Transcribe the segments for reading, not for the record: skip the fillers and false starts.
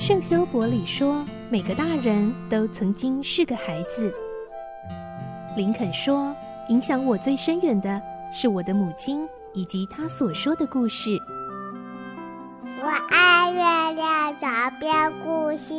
圣修伯里说，每个大人都曾经是个孩子。林肯说，影响我最深远的是我的母亲以及她所说的故事。 我爱月亮床边故事。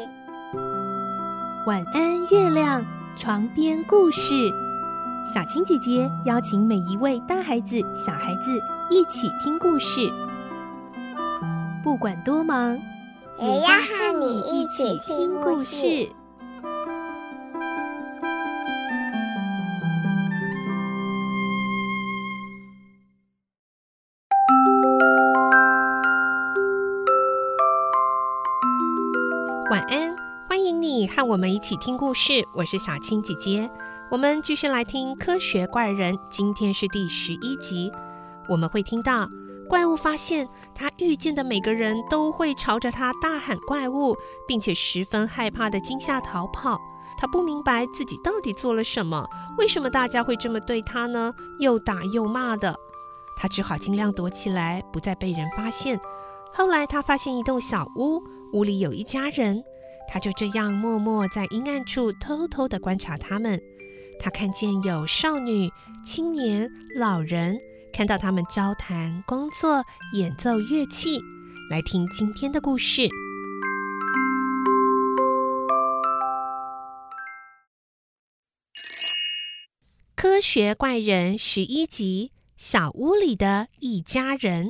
晚安，月亮床边故事。小青姐姐邀请每一位大孩子、小孩子一起听故事，不管多忙， 也要和你一起听故事。 晚安，欢迎你和我们一起听故事，我是小青姐姐。我们继续来听科学怪人，今天是第11集。我们会听到怪物发现他遇见的每个人都会朝着他大喊怪物，并且十分害怕的惊吓逃跑。他不明白自己到底做了什么，为什么大家会这么对他呢？又打又骂的。他只好尽量躲起来，不再被人发现。后来他发现一栋小屋，屋里有一家人，他就这样默默在阴暗处偷偷地观察他们。他看见有少女、青年、老人，看到他们交谈、工作、演奏乐器。来听今天的故事。科学怪人11集，小屋里的一家人。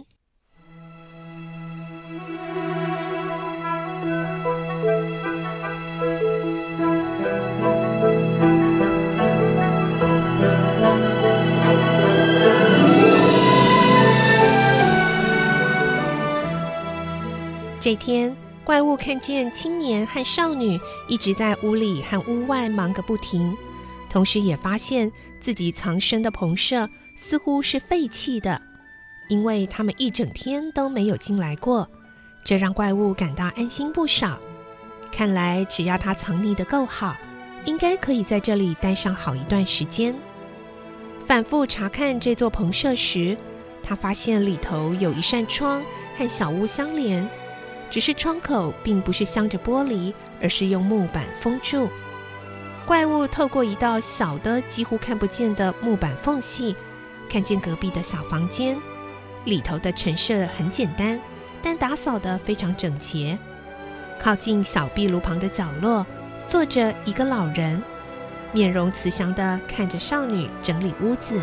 这天，怪物看见青年和少女一直在屋里和屋外忙个不停，同时也发现自己藏身的棚舍似乎是废弃的，因为他们一整天都没有进来过，这让怪物感到安心不少。看来只要他藏匿得够好，应该可以在这里待上好一段时间。反复查看这座棚舍时，他发现里头有一扇窗和小屋相连，只是窗口并不是镶着玻璃，而是用木板封住。怪物透过一道小的几乎看不见的木板缝隙，看见隔壁的小房间，里头的陈设很简单，但打扫得非常整洁。靠近小壁炉旁的角落，坐着一个老人，面容慈祥地看着少女整理屋子。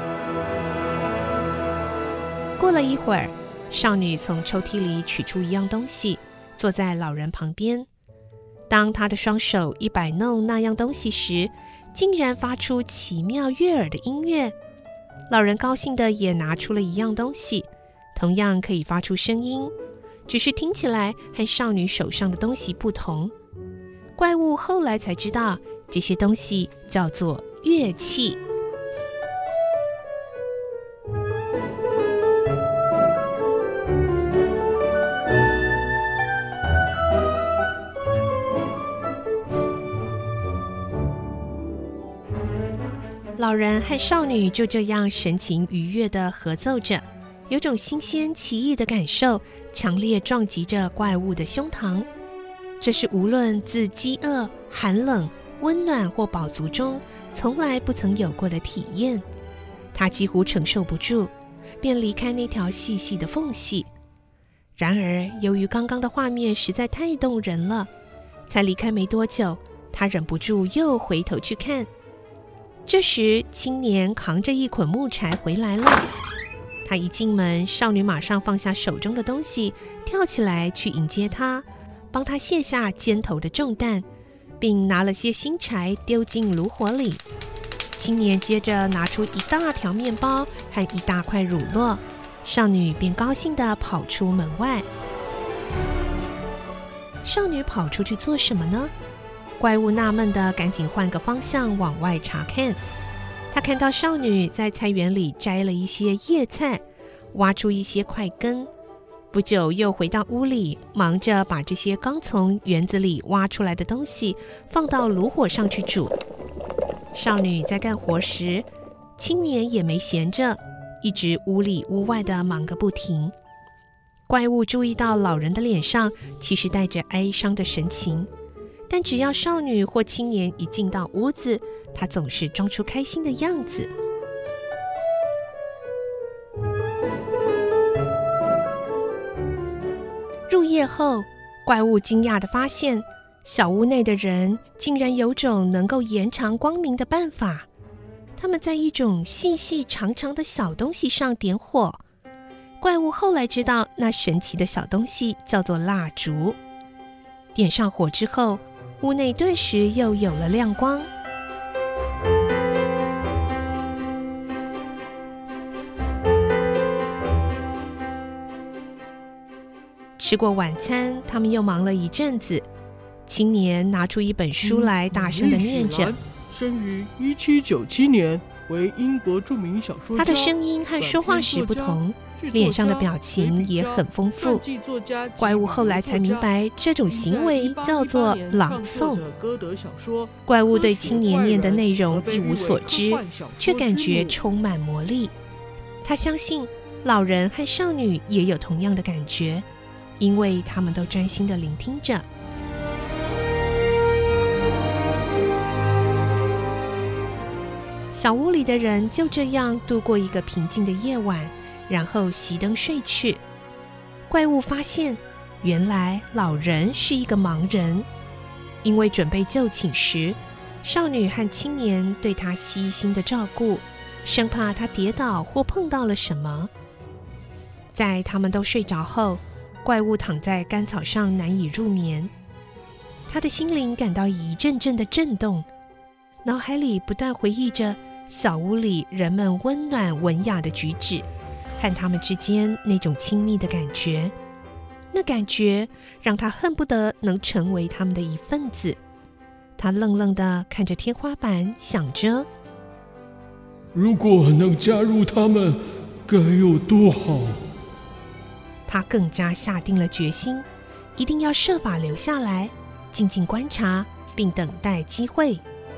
过了一会儿，少女从抽屉里取出一样东西，坐在老人旁边。当她的双手一摆弄那样东西时，竟然发出奇妙悦耳的音乐。老人高兴地也拿出了一样东西，同样可以发出声音，只是听起来和少女手上的东西不同。怪物后来才知道，这些东西叫做乐器。老人和少女就这样神情愉悦地合奏着，有种新鲜奇异的感受，强烈撞击着怪物的胸膛。这是无论自饥饿、寒冷、温暖或饱足中从来不曾有过的体验。他几乎承受不住，便离开那条细细的缝隙。然而由于刚刚的画面实在太动人了，才离开没多久，他忍不住又回头去看。这时青年扛着一捆木柴回来了。他一进门，少女马上放下手中的东西，跳起来去迎接他，帮他卸下肩头的重担，并拿了些新柴丢进炉火里。青年接着拿出一大条面包和一大块乳酪，少女便高兴地跑出门外。少女跑出去做什么呢？怪物纳闷地赶紧换个方向往外查看。他看到少女在菜园里摘了一些叶菜，挖出一些块根，不久又回到屋里，忙着把这些刚从园子里挖出来的东西放到炉火上去煮。少女在干活时，青年也没闲着，一直屋里屋外的忙个不停。 怪物注意到老人的脸上其实带着哀伤的神情，但只要少女或青年一进到屋子，他总是装出开心的样子。入夜后，怪物惊讶地发现，小屋内的人竟然有种能够延长光明的办法。他们在一种细细长长的小东西上点火。怪物后来知道，那神奇的小东西叫做蜡烛。点上火之后，屋内顿时又有了亮光。吃过晚餐，他们又忙了一阵子。青年拿出一本书来，大声地念着： 生于1797年，为英国著名小说家。 他的声音和说话时不同，脸上的表情也很丰富。怪物后来才明白，这种行为叫做朗诵。怪物对青年念的内容一无所知，却感觉充满魔力。他相信老人和少女也有同样的感觉，因为他们都专心地聆听着。小屋里的人就这样度过一个平静的夜晚，然后熄灯睡去。怪物发现，原来老人是一个盲人，因为准备就寝时，少女和青年对他悉心的照顾，生怕他跌倒或碰到了什么。在他们都睡着后，怪物躺在干草上难以入眠，他的心灵感到一阵阵的震动，脑海里不断回忆着小屋里人们温暖文雅的举止，和他们之间那种亲密的感觉。那感觉让他恨不得能成为他们的一份子。他愣愣地看着天花板，想着： 如果能加入他们，该有多好。 他更加下定了决心，一定要设法留下来，静静观察，并等待机会。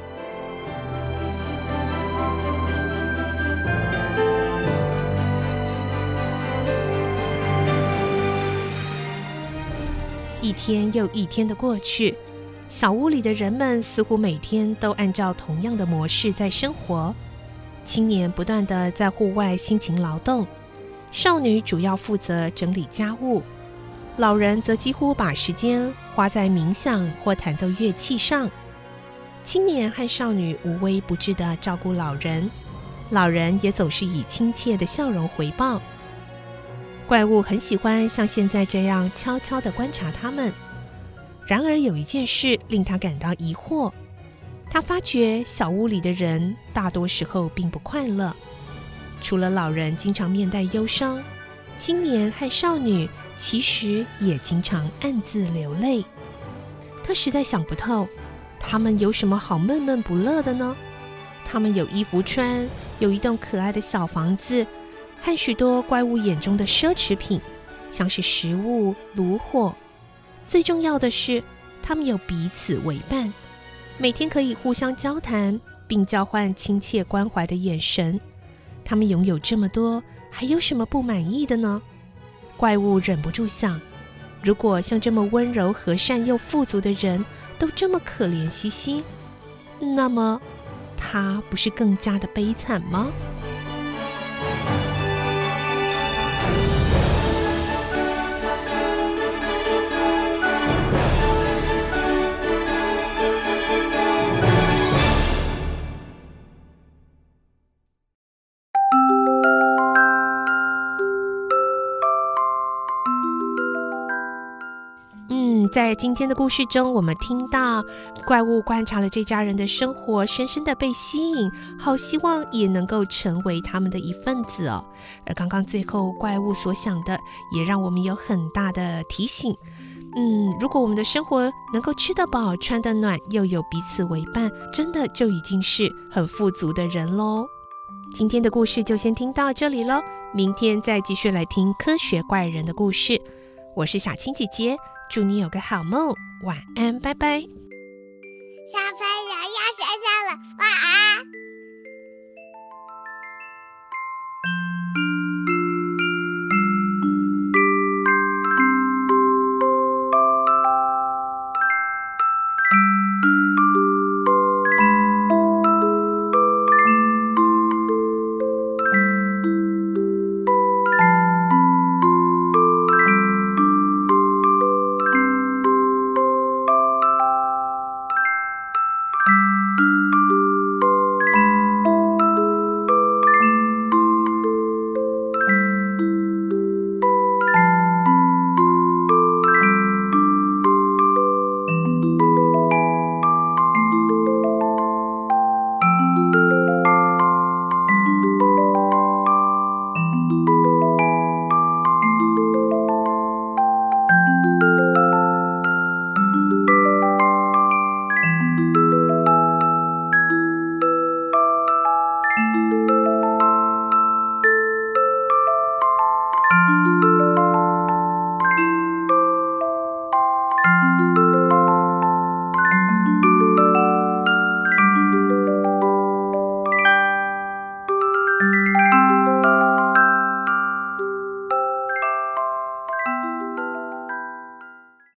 一天又一天的过去，小屋里的人们似乎每天都按照同样的模式在生活。青年不断地在户外辛勤劳动，少女主要负责整理家务，老人则几乎把时间花在冥想或弹奏乐器上。青年和少女无微不至地照顾老人，老人也总是以亲切的笑容回报。怪物很喜欢像现在这样悄悄地观察他们。然而有一件事令他感到疑惑，他发觉小屋里的人大多时候并不快乐，除了老人经常面带忧伤，青年和少女其实也经常暗自流泪。他实在想不透，他们有什么好闷闷不乐的呢？他们有衣服穿，有一栋可爱的小房子，和许多怪物眼中的奢侈品，像是食物、炉火。最重要的是，他们有彼此为伴，每天可以互相交谈，并交换亲切关怀的眼神。他们拥有这么多，还有什么不满意的呢？怪物忍不住想，如果像这么温柔和善又富足的人都这么可怜兮兮，那么他不是更加的悲惨吗？在今天的故事中，我们听到怪物观察了这家人的生活，深深的被吸引，好希望也能够成为他们的一份子哦。而刚刚最后怪物所想的，也让我们有很大的提醒。如果我们的生活能够吃得饱、穿得暖，又有彼此为伴，真的就已经是很富足的人咯。今天的故事就先听到这里咯，明天再继续来听科学怪人的故事。我是小青姐姐，祝你有个好梦，晚安，拜拜。 小朋友要睡觉了，晚安。